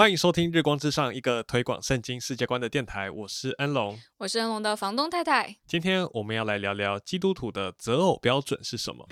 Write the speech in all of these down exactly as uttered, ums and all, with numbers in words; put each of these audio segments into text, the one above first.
欢迎收听日光之上，一个推广圣经世界观的电台，我是恩龙， 我是恩龙的房东太太。 今天我们要来聊聊基督徒的择偶标准是什么。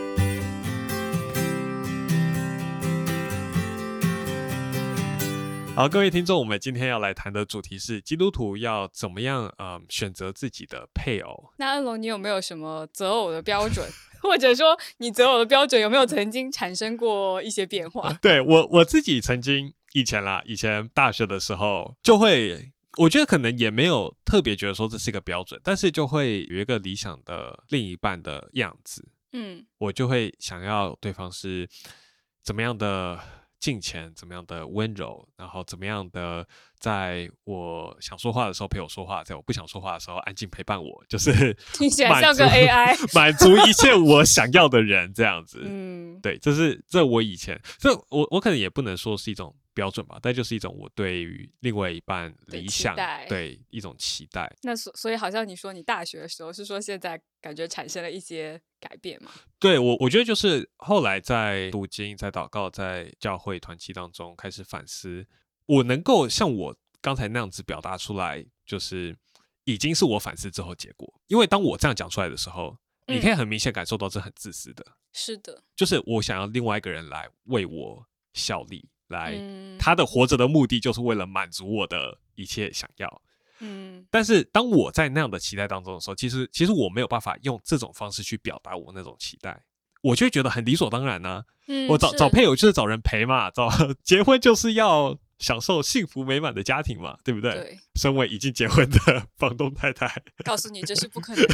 好，各位听众，我们今天要来谈的主题是基督徒要怎么样、呃、选择自己的配偶。 那恩龙，你有没有什么择偶的标准？或者说你择偶的标准有没有曾经产生过一些变化？ 对，我我自己曾经以前啦，以前大学的时候就会，我觉得可能也没有特别觉得说这是一个标准，但是就会有一个理想的另一半的样子。嗯，我就会想要对方是怎么样的敬虔，怎么样的温柔，然后怎么样的在我想说话的时候陪我说话，在我不想说话的时候安静陪伴我，就是听起来像个 A I 满足一切我想要的人这样子。嗯，对，这是这我以前，这我我可能也不能说是一种标准吧，但就是一种我对于另外一半理想对, 对一种期待。 那所所以好像你说你大学的时候是说现在感觉产生了一些改变吗？ 对，我我觉得就是后来在读经，在祷告，在教会团契当中开始反思，我能够像我刚才那样子表达出来，就是已经是我反思之后结果。因为当我这样讲出来的时候，嗯、你可以很明显感受到这很自私的。 是的， 就是我想要另外一个人来为我效力，来、嗯、他的活着的目的就是为了满足我的一切想要。嗯，但是当我在那样的期待当中的时候，其实其实我没有办法用这种方式去表达我那种期待，我就会觉得很理所当然啊。嗯、我找找配偶就是找人陪嘛，找结婚就是要享受幸福美满的家庭嘛，对不对？对。身为已经结婚的房东太太， 告诉你这是不可能的。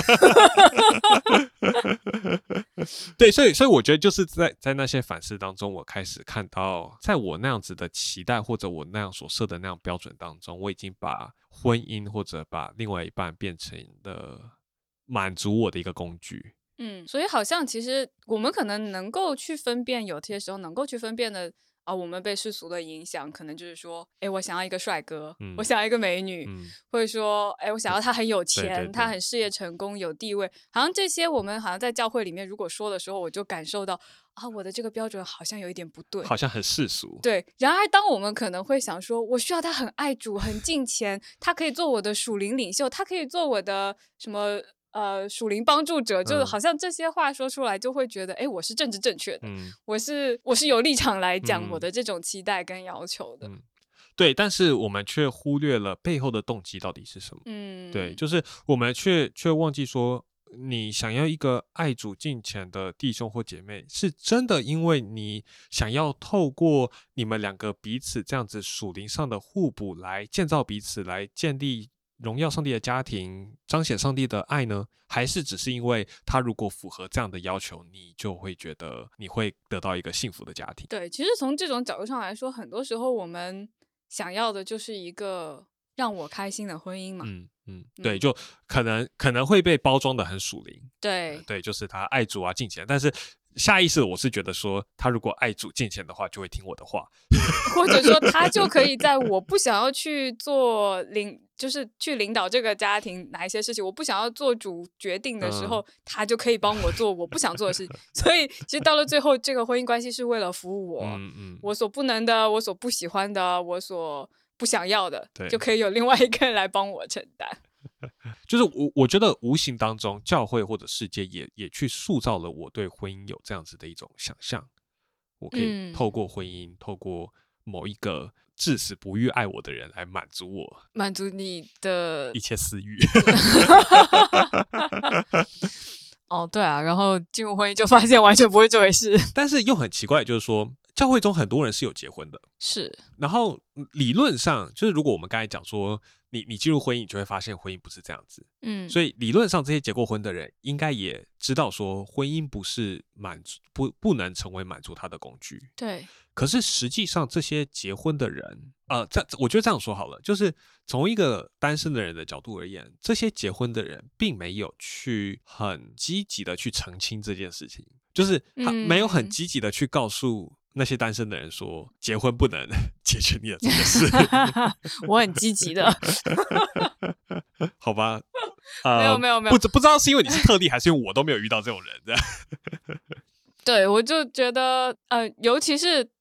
对，所以所以我觉得就是在在那些反思当中，我开始看到，在我那样子的期待或者我那样所设的那样标准当中，我已经把婚姻或者把另外一半变成了满足我的一个工具。 嗯，所以好像其实我们可能能够去分辨，有些时候能够去分辨的啊、呃，我们被世俗的影响，可能就是说，哎，我想要一个帅哥，嗯、我想要一个美女，嗯、或者说，哎，我想要他很有钱，对对对，他很事业成功，有地位，好像这些我们好像在教会里面如果说的时候，我就感受到啊，我的这个标准好像有一点不对， 好像很世俗。 对，然而当我们可能会想说，我需要他很爱主，很敬虔，他可以做我的属灵领袖，他可以做我的什么？呃，属灵帮助者，就是好像这些话说出来，就会觉得，哎、嗯，我是政治正确的，嗯、我是我是有立场来讲我的这种期待跟要求的。嗯， 对，但是我们却忽略了背后的动机到底是什么。嗯，对，就是我们却却忘记说，你想要一个爱主敬虔的弟兄或姐妹，是真的因为你想要透过你们两个彼此这样子属灵上的互补，来建造彼此，来建立荣耀上帝的家庭，彰显上帝的爱呢？还是只是因为他如果符合这样的要求，你就会觉得你会得到一个幸福的家庭？ 对，其实从这种角度上来说，很多时候我们想要的就是一个让我开心的婚姻嘛。 嗯嗯，对，就可能可能会被包装的很属灵。 对、 呃、对，就是他爱主啊敬虔，但是下意识我是觉得说，他如果爱主敬虔的话，就会听我的话， 或者说他就可以在我不想要去做领，就是去领导这个家庭哪一些事情，我不想要做主决定的时候，嗯、他就可以帮我做我不想做的事情。所以其实到了最后，这个婚姻关系是为了服务我，嗯嗯、我所不能的，我所不喜欢的，我所不想要的，就可以有另外一个人来帮我承担。 就是我我觉得无形当中教会或者世界也也去塑造了我对婚姻有这样子的一种想象，我可以透过婚姻、嗯、透过某一个至死不渝爱我的人来满足我， 满足你的一切私欲。 哦，对啊，然后进入婚姻就发现完全不会这回事。 但是又很奇怪，就是说教会中很多人是有结婚的， 是， 然后理论上就是如果我们刚才讲说你你进入婚姻，你就会发现婚姻不是这样子，嗯，所以理论上这些结过婚的人应该也知道说婚姻不是满足不不能成为满足他的工具， 对。 可是实际上这些结婚的人，呃，这我觉得这样说好了，就是从一个单身的人的角度而言，这些结婚的人并没有去很积极的去澄清这件事情，就是他没有很积极的去告诉那些单身的人说结婚不能解决你的这个事。 我很积极的。 好吧，呃、 没有没有没有， 不不知道是因为你是特例还是因为我都没有遇到这种人这样。 对，我就觉得呃，尤其是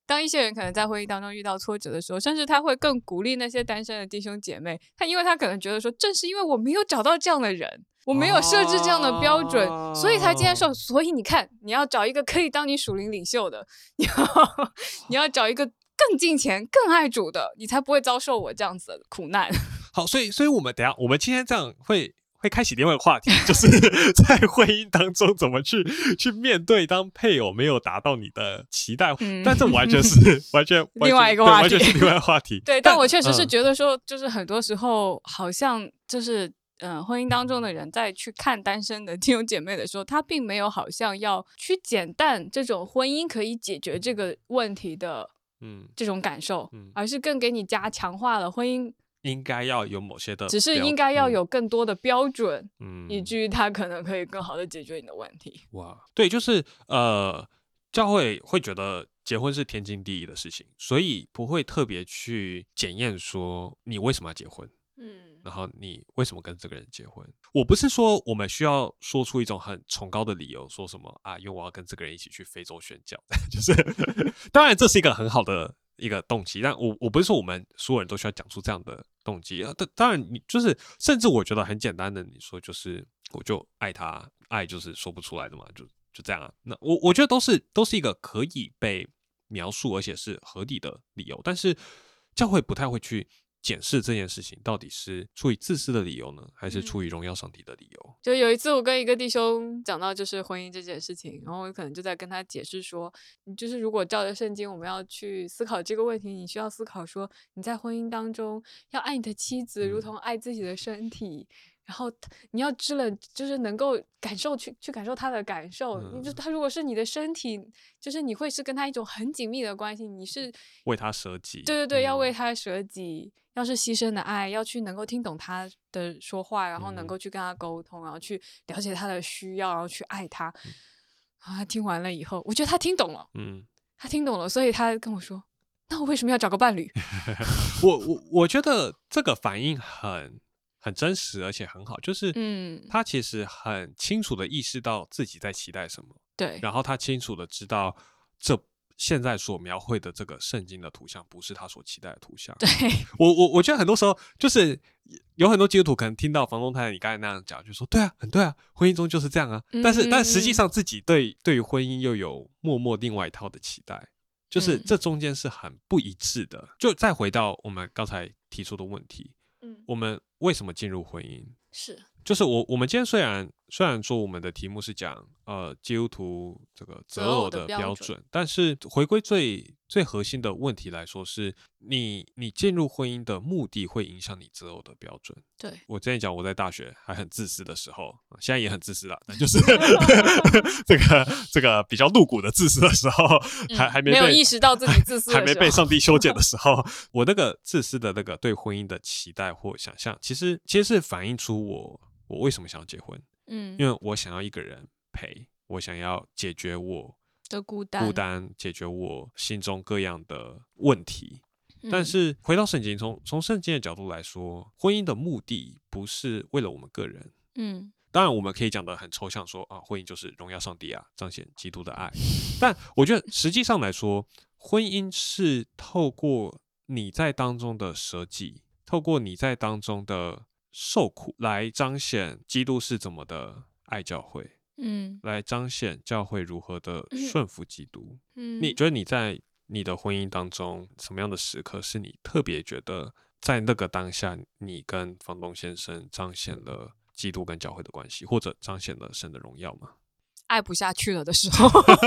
当一些人可能在婚姻当中遇到挫折的时候，甚至他会更鼓励那些单身的弟兄姐妹，他因为他可能觉得说，正是因为我没有找到这样的人，我没有设置这样的标准、哦、所以才接受。所以你看，你要找一个可以当你属灵领袖的，你要你要找一个更敬虔更爱主的，你才不会遭受我这样子的苦难。 好，所以所以我们等一下我们今天这样会会开启另外一个话题，就是在婚姻当中怎么去去面对当配偶没有达到你的期待、嗯、但这完全是完全另外一个话题， 完全是另外一个话题。 对，但我确实是觉得说、嗯、就是很多时候好像就是嗯，婚姻当中的人在去看单身的弟兄姐妹的时候，他并没有好像要去减淡这种婚姻可以解决这个问题的嗯这种感受、嗯、而是更给你加强化了婚姻应该要有某些的， 只是应该要有更多的标准，嗯，以至于他可能可以更好的解决你的问题。 哇，对，就是呃，教会会觉得结婚是天经地义的事情，所以不会特别去检验说你为什么要结婚，嗯，然后你为什么跟这个人结婚。我不是说我们需要说出一种很崇高的理由，说什么啊，因为我要跟这个人一起去非洲宣教，就是当然这是一个很好的一个动机，但我我不是说我们所有人都需要讲出这样的动机。当然你就是甚至我觉得很简单的，你说就是我就爱他，爱就是说不出来的嘛，就就这样啊。那我我觉得都是都是一个可以被描述而且是合理的理由，但是教会不太会去检视这件事情到底是出于自私的理由呢，还是出于荣耀上帝的理由、嗯、 就有一次我跟一个弟兄讲到就是婚姻这件事情，然后我可能就在跟他解释说，你就是如果照着圣经我们要去思考这个问题，你需要思考说你在婚姻当中要爱你的妻子如同爱自己的身体、嗯，然后你要知了，就是能够感受去去感受他的感受、嗯、就他如果是你的身体，就是你会是跟他一种很紧密的关系，你是为他舍己， 对对对、嗯、要为他舍己，要是牺牲的爱，要去能够听懂他的说话，然后能够去跟他沟通、嗯、然后去了解他的需要，然后去爱他、嗯、然后他听完了以后，我觉得他听懂了，嗯，他听懂了，所以他跟我说，那我为什么要找个伴侣？ 我我我觉得这个反应很很真实而且很好，就是嗯，他其实很清楚的意识到自己在期待什么， 对， 然后他清楚的知道这现在所描绘的这个圣经的图像不是他所期待的图像。 对， 我我我觉得很多时候就是有很多基督徒可能听到房东太太你刚才那样讲，就说对啊，很对啊，婚姻中就是这样啊，嗯、但是但实际上自己对对于婚姻又有默默另外一套的期待，就是这中间是很不一致的。就再回到我们刚才提出的问题，嗯，我们为什么进入婚姻？ 是， 就是我我们今天虽然虽然说我们的题目是讲呃基督徒这个择偶的标准，标准但是回归最最核心的问题来说，是你你进入婚姻的目的会影响你择偶的标准。 对， 我之前讲我在大学还很自私的时候，现在也很自私啦，但就是这个这个比较露骨的自私的时候，嗯、还还没被没有意识到自己自私的时候， 还没被上帝修剪的时候，我那个自私的那个对婚姻的期待或想象，其实其实是反映出我我为什么想要结婚。嗯，因为我想要一个人陪，我想要解决我的孤单， 孤单，解决我心中各样的问题。嗯、但是回到圣经，从从圣经的角度来说，婚姻的目的不是为了我们个人。嗯，当然我们可以讲得很抽象说，说啊，婚姻就是荣耀上帝啊，彰显基督的爱。但我觉得实际上来说，婚姻是透过你在当中的舍己，透过你在当中的受苦来彰显基督是怎么的爱教会，嗯，来彰显教会如何的顺服基督。嗯，你觉得你在你的婚姻当中什么样的时刻是你特别觉得在那个当下你跟房东先生彰显了基督跟教会的关系，或者彰显了神的荣耀吗？ 爱不下去了的时候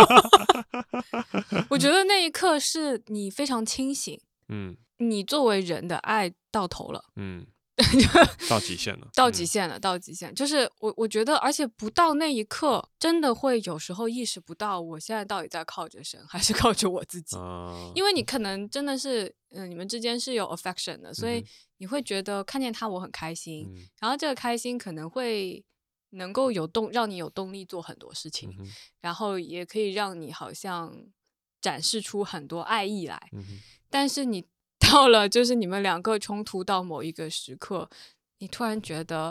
我觉得那一刻是你非常清醒，嗯，你作为人的爱到头了，嗯到极限了， 到极限了，嗯、到极限。就是我，我觉得，而且不到那一刻，真的会有时候意识不到，我现在到底在靠着神，还是靠着我自己。呃、因为你可能真的是，嗯、呃，你们之间是有 affection 的，所以你会觉得看见他我很开心，嗯、然后这个开心可能会能够有动，让你有动力做很多事情，嗯、然后也可以让你好像展示出很多爱意来。嗯、但是你到了就是你们两个冲突到某一个时刻，你突然觉得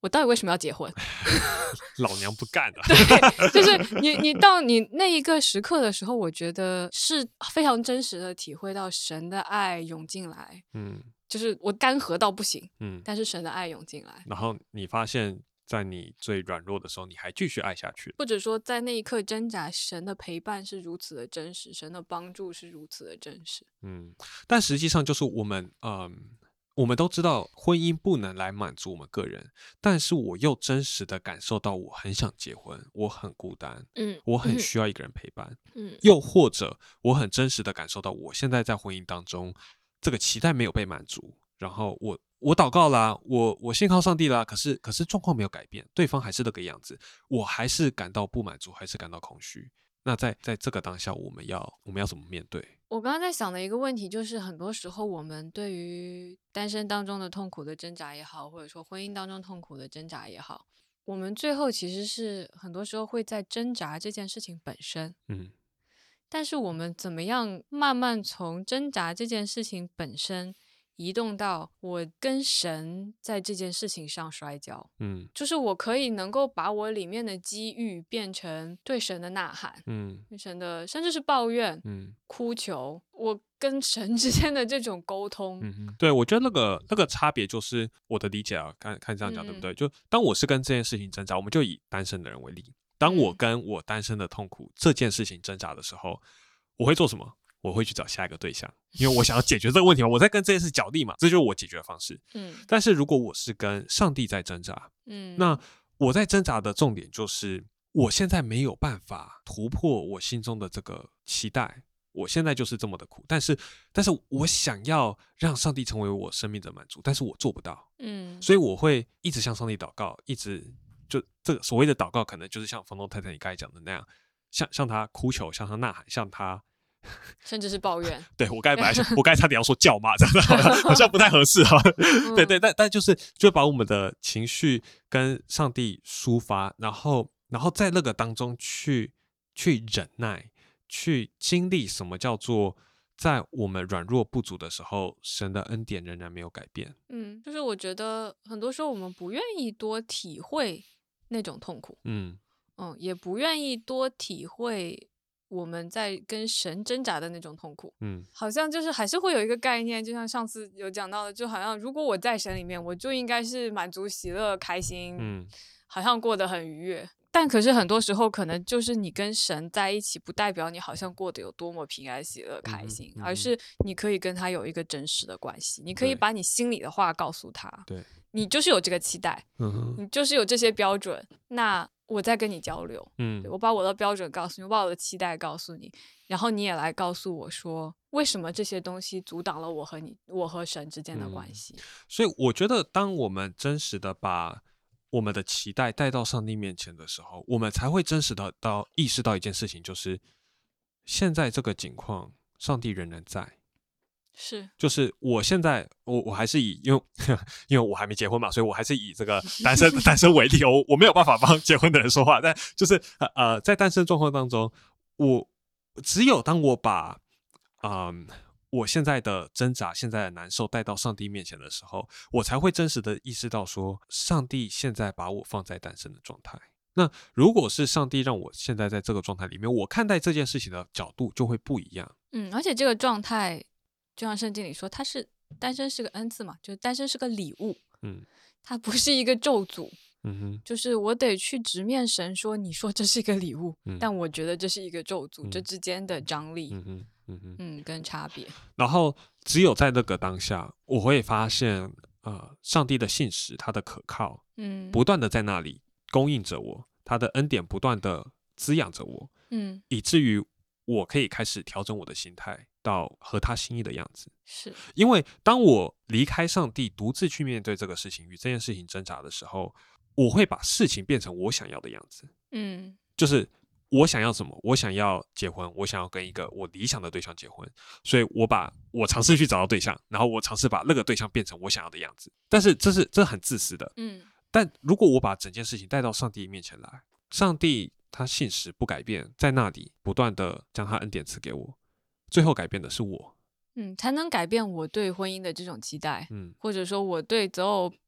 我到底为什么要结婚？ 老娘不干了。 对，就是你你到你那一个时刻的时候，我觉得是非常真实的体会到神的爱涌进来。嗯，就是我干涸到不行，嗯，但是神的爱涌进来， 然后你发现在你最软弱的时候你还继续爱下去， 或者说在那一刻挣扎，神的陪伴是如此的真实，神的帮助是如此的真实。 嗯，但实际上就是我们嗯，我们都知道婚姻不能来满足我们个人，但是我又真实的感受到我很想结婚，我很孤单，嗯，我很需要一个人陪伴，嗯，又或者我很真实的感受到我现在在婚姻当中这个期待没有被满足，然后我我祷告啦，我我信靠上帝啦，可是可是状况没有改变，对方还是那个样子，我还是感到不满足，还是感到空虚。那在在这个当下，我们要我们要怎么面对？ 我刚刚在想的一个问题就是，很多时候我们对于单身当中的痛苦的挣扎也好，或者说婚姻当中痛苦的挣扎也好，我们最后其实是很多时候会在挣扎这件事情本身。嗯，但是我们怎么样慢慢从挣扎这件事情本身移动到我跟神在这件事情上摔跤，嗯，就是我可以能够把我里面的机遇变成对神的呐喊，嗯，对神的甚至是抱怨，嗯，哭求，我跟神之间的这种沟通， 嗯，对，我觉得那个那个差别就是我的理解啊，看看这样讲、嗯、对不对？就当我是跟这件事情挣扎，我们就以单身的人为例，当我跟我单身的痛苦、嗯、这件事情挣扎的时候，我会做什么？我会去找下一个对象，因为我想要解决这个问题嘛，我在跟这件事角力嘛，这就是我解决的方式。嗯，但是如果我是跟上帝在挣扎，嗯，那我在挣扎的重点就是我现在没有办法突破我心中的这个期待，我现在就是这么的苦，但是但是我想要让上帝成为我生命的满足，但是我做不到，嗯，所以我会一直向上帝祷告，一直就这个所谓的祷告，可能就是像房东太太你刚才讲的那样，向向他哭求，向他呐喊，向他。 甚至是抱怨， 对，我刚才本来想，我刚才差点要说叫骂，这样子好像好像不太合适哈。对对，但但就是就把我们的情绪跟上帝抒发，然后然后在那个当中去去忍耐，去经历什么叫做在我们软弱不足的时候，神的恩典仍然没有改变。 嗯，就是我觉得很多时候我们不愿意多体会那种痛苦，嗯嗯，也不愿意多体会。我们在跟神挣扎的那种痛苦，嗯，好像就是还是会有一个概念，就像上次有讲到的，就好像如果我在神里面，我就应该是满足、喜乐、开心，嗯，好像过得很愉悦。但可是很多时候，可能就是你跟神在一起，不代表你好像过得有多么平安、喜乐、开心，嗯嗯、而是你可以跟他有一个真实的关系，你可以把你心里的话告诉他， 对， 你就是有这个期待，嗯、你就是有这些标准，那。我在跟你交流，嗯，我把我的标准告诉你，我把我的期待告诉你，然后你也来告诉我说，为什么这些东西阻挡了我和你，我和神之间的关系。 嗯、所以我觉得，当我们真实的把我们的期待带到上帝面前的时候，我们才会真实的到意识到一件事情，就是现在这个情况，上帝仍然在。 是， 就是我现在我我还是以因为因为我还没结婚嘛，所以我还是以这个单身单身为例，我我没有办法帮结婚的人说话，但就是呃在单身状况当中，我只有当我把嗯、呃、我现在的挣扎、现在的难受带到上帝面前的时候，我才会真实的意识到说，上帝现在把我放在单身的状态。那如果是上帝让我现在在这个状态里面，我看待这件事情的角度就会不一样。 嗯，而且这个状态。就像圣经里说，他是单身是个恩赐嘛，就是单身是个礼物，嗯，它不是一个咒诅，嗯哼，就是我得去直面神说，你说这是一个礼物，嗯、但我觉得这是一个咒诅，嗯、这之间的张力，嗯哼，嗯哼，嗯，跟差别。 然后只有在那个当下，我会发现，呃，上帝的信实，他的可靠，嗯，不断的在那里供应着我，他的恩典不断的滋养着我，嗯，以至于我可以开始调整我的心态。到合他心意的样子， 是因为当我离开上帝，独自去面对这个事情，与这件事情挣扎的时候，我会把事情变成我想要的样子。嗯，就是我想要什么，我想要结婚，我想要跟一个我理想的对象结婚，所以我把我尝试去找到对象，然后我尝试把那个对象变成我想要的样子。但是这是这很自私的，嗯。但如果我把整件事情带到上帝面前来，上帝他信实不改变，在那里不断的将他恩典赐给我。最后改变的是我， 嗯，才能改变我对婚姻的这种期待，嗯，或者说我对择偶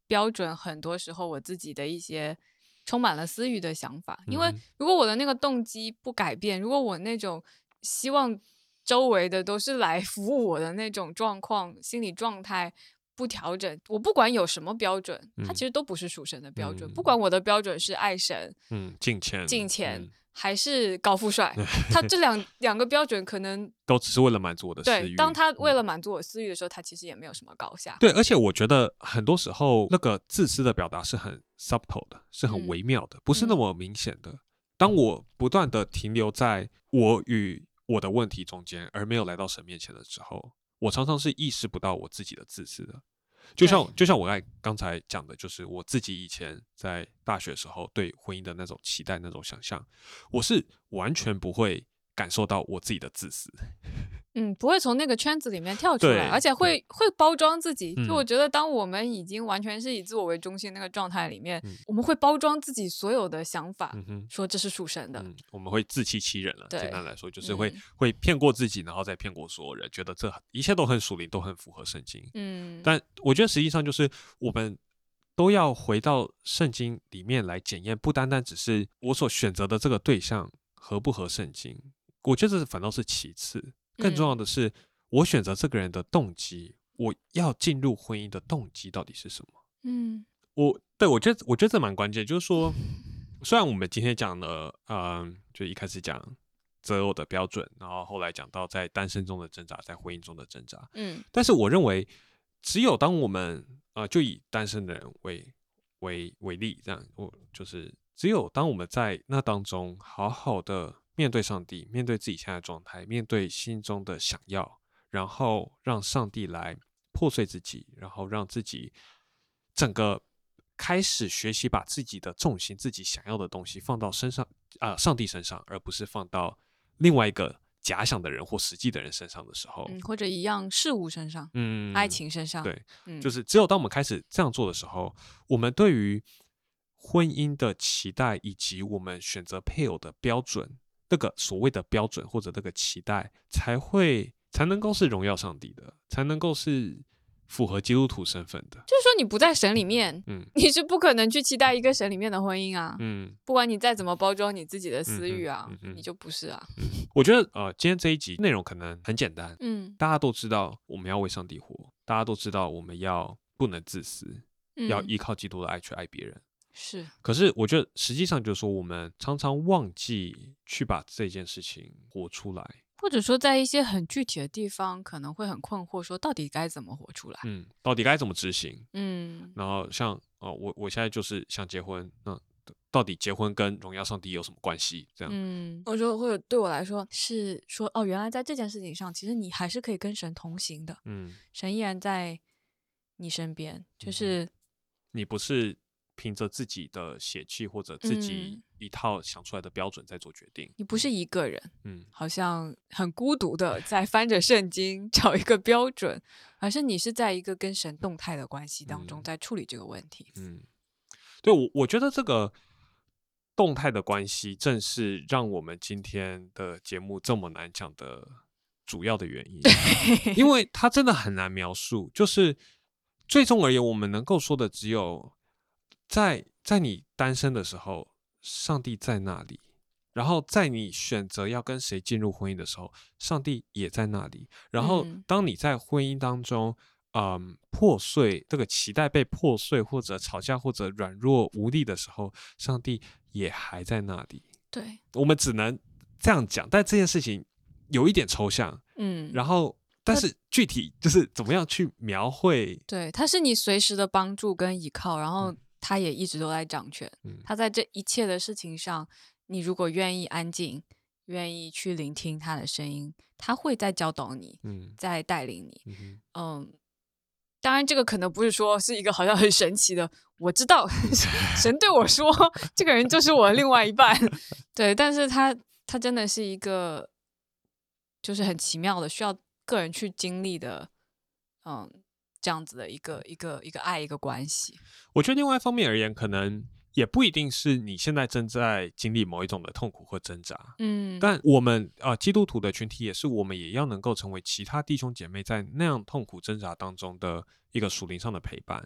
标准很多时候我自己的一些充满了私欲的想法，因为如果我的那个动机不改变，如果我那种希望周围的都是来服务我的那种状况心理状态不调整，我不管有什么标准、嗯、它其实都不是属神的标准、嗯、不管我的标准是爱神嗯，敬虔敬虔、嗯、还是高富帅他这两两个标准可能都只是为了满足我的私欲， 对，当他为了满足我私欲的时候、嗯、他其实也没有什么高下。 对，而且我觉得很多时候那个自私的表达是很 subtle 的，是很微妙的、嗯、不是那么明显的、嗯、当我不断的停留在我与我的问题中间而没有来到神面前的时候，我常常是意识不到我自己的自私的。就像就像我刚才讲的，就是我自己以前在大学的时候对婚姻的那种期待、那种想象，我是完全不会感受到我自己的自私。 嗯，不会从那个圈子里面跳出来，而且会会包装自己、嗯、就我觉得当我们已经完全是以自我为中心那个状态里面、嗯、我们会包装自己所有的想法、嗯、说这是属神的、嗯、 我们会自欺欺人了，简单来说就是会、嗯、会骗过自己，然后再骗过所有人，觉得这一切都很属灵，都很符合圣经。嗯，但我觉得实际上就是我们都要回到圣经里面来检验，不单单只是我所选择的这个对象合不合圣经，我觉得这反倒是其次，更重要的是、嗯、我选择这个人的动机，我要进入婚姻的动机到底是什么。嗯，我对我觉得我觉得这蛮关键，就是说虽然我们今天讲了嗯，就一开始讲择偶的标准，然后后来讲到在单身中的挣扎，在婚姻中的挣扎，嗯，但是我认为只有当我们呃就以单身的人为为为例，这样我就是只有当我们在那当中好好的面对上帝，面对自己现在的状态，面对心中的想要，然后让上帝来破碎自己，然后让自己整个开始学习把自己的重心，自己想要的东西放到身上、呃、上帝身上，而不是放到另外一个假想的人或实际的人身上的时候、 嗯、或者一样事物身上，嗯，爱情身上， 对、嗯、就是只有当我们开始这样做的时候，我们对于婚姻的期待以及我们选择配偶的标准，那个所谓的标准或者那个期待才会才能够是荣耀上帝的，才能够是符合基督徒身份的。 就是说你不在神里面、嗯、你是不可能去期待一个神里面的婚姻啊、嗯、不管你再怎么包装你自己的私欲啊、嗯嗯、你就不是啊、 嗯、我觉得呃，今天这一集内容可能很简单，嗯，大家都知道我们要为上帝活，大家都知道我们要不能自私、嗯、要依靠基督的爱去爱别人， 是， 可是我觉得实际上就是说我们常常忘记去把这件事情活出来， 或者说在一些很具体的地方可能会很困惑，说到底该怎么活出来， 嗯，到底该怎么执行，嗯，然后像、呃、我我现在就是想结婚，那到底结婚跟荣耀上帝有什么关系，这样， 嗯，我觉得或者对我来说是说哦，原来在这件事情上其实你还是可以跟神同行的，嗯，神依然在你身边，就是、嗯、 你不是凭着自己的血气或者自己一套想出来的标准在做决定、嗯、 你不是一个人，嗯，好像很孤独的在翻着圣经找一个标准，而是你是在一个跟神动态的关系当中在处理这个问题。 嗯，对，我我觉得这个动态的关系正是让我们今天的节目这么难讲的主要的原因，因为它真的很难描述，就是最终而言我们能够说的只有在在你单身的时候上帝在那里，然后在你选择要跟谁进入婚姻的时候上帝也在那里，然后当你在婚姻当中嗯，破碎，这个期待被破碎或者吵架或者软弱无力的时候上帝也还在那里。 对， 我们只能这样讲，但这件事情有一点抽象，嗯，然后但是具体就是怎么样去描绘， 对，他是你随时的帮助跟依靠，然后他也一直都在掌权、嗯、他在这一切的事情上，你如果愿意安静，愿意去聆听他的声音，他会在教导你、嗯、在带领你， 嗯, 嗯，当然这个可能不是说是一个好像很神奇的我知道神对我说这个人就是我另外一半对，但是他他真的是一个就是很奇妙的需要个人去经历的嗯，这样子的一个一个一个爱一个关系。 我觉得另外一方面而言，可能也不一定是你现在正在经历某一种的痛苦或挣扎，嗯，但我们、呃、基督徒的群体也是我们也要能够成为其他弟兄姐妹在那样痛苦挣扎当中的一个属灵上的陪伴。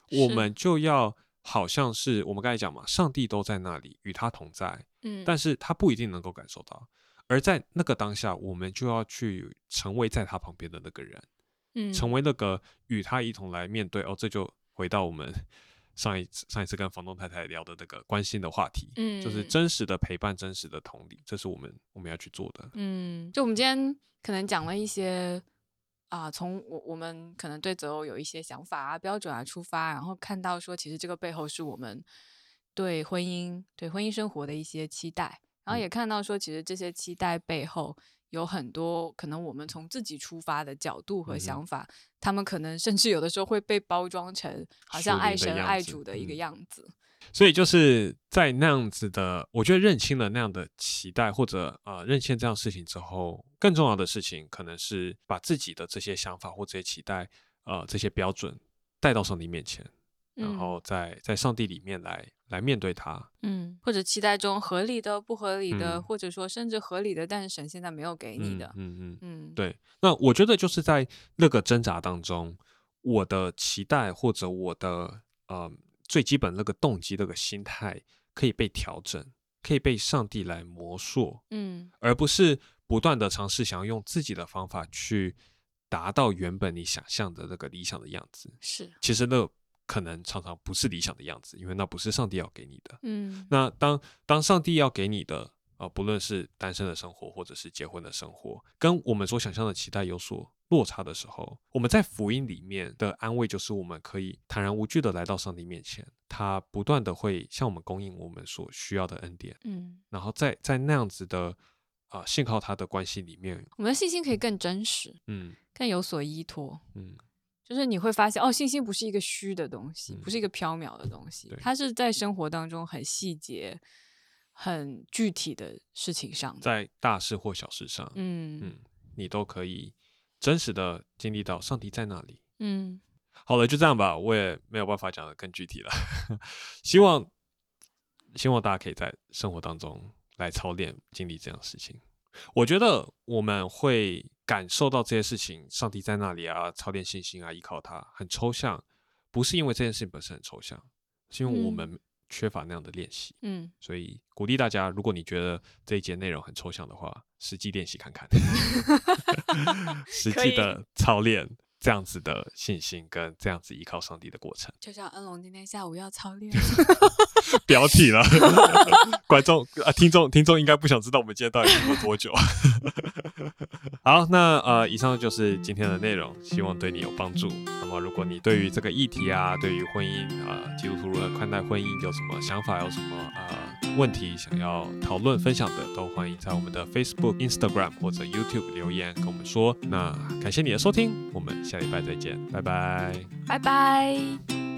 我们就要好像是我们刚才讲嘛，上帝都在那里，与他同在，嗯，但是他不一定能够感受到，而在那个当下，我们就要去成为在他旁边的那个人，嗯，成为那个与他一同来面对。哦，这就回到我们上一次上一次跟房东太太聊的那个关心的话题，嗯，就是真实的陪伴，真实的同理，这是我们我们要去做的。 嗯，就我们今天可能讲了一些啊，从我我们可能对择偶有一些想法啊、标准啊出发，然后看到说，其实这个背后是我们对婚姻、对婚姻生活的一些期待，然后也看到说，其实这些期待背后有很多可能我们从自己出发的角度和想法，嗯、他们可能甚至有的时候会被包装成好像爱神爱主的一个样子。嗯， 所以就是在那样子的，我觉得认清了那样的期待，或者呃认清这样的事情之后，更重要的事情可能是把自己的这些想法或这些期待，呃这些标准带到上帝面前，然后在在上帝里面来来面对它， 嗯，或者期待中合理的、不合理的，嗯、或者说甚至合理的，但是神现在没有给你的， 嗯嗯 嗯, 嗯对。那我觉得就是在那个挣扎当中，我的期待或者我的呃。最基本那个动机那个心态可以被调整，可以被上帝来磨塑，嗯，而不是不断的尝试想要用自己的方法去达到原本你想象的那个理想的样子。 是， 其实那可能常常不是理想的样子，因为那不是上帝要给你的。嗯，那当当上帝要给你的呃，不论是单身的生活或者是结婚的生活，跟我们所想象的期待有所落差的时候，我们在福音里面的安慰就是我们可以坦然无惧的来到上帝面前，他不断的会向我们供应我们所需要的恩典，嗯，然后在在那样子的呃信靠他的关系里面， 我们的信心可以更真实，嗯，更有所依托，嗯，就是你会发现哦，信心不是一个虚的东西，嗯、不是一个缥缈的东西，它是在生活当中很细节、很具体的事情上的， 在大事或小事上，嗯嗯，你都可以真实的经历到上帝在那里。嗯，好了，就这样吧，我也没有办法讲得更具体了。希望希望大家可以在生活当中来操练经历这样的事情。我觉得我们会感受到这些事情，上帝在那里啊，操练信心啊，依靠他，很抽象，不是因为这件事情本身很抽象，是因为我们缺乏那样的练习。嗯，所以鼓励大家，如果你觉得这一节内容很抽象的话，实际练习看看，实际的操练这样子的信心跟这样子依靠上帝的过程。 就像恩龙今天下午要操练， 标题了，观众啊，听众听众应该不想知道我们今天到底录了多久。好，那呃，以上就是今天的内容，希望对你有帮助。那么，如果你对于这个议题啊，对于婚姻啊、呃，基督徒如何看待婚姻有什么想法，有什么呃问题想要讨论分享的，都欢迎在我们的 Facebook、Instagram 或者 YouTube 留言跟我们说。那感谢你的收听，我们下礼拜再见，拜拜， 拜拜。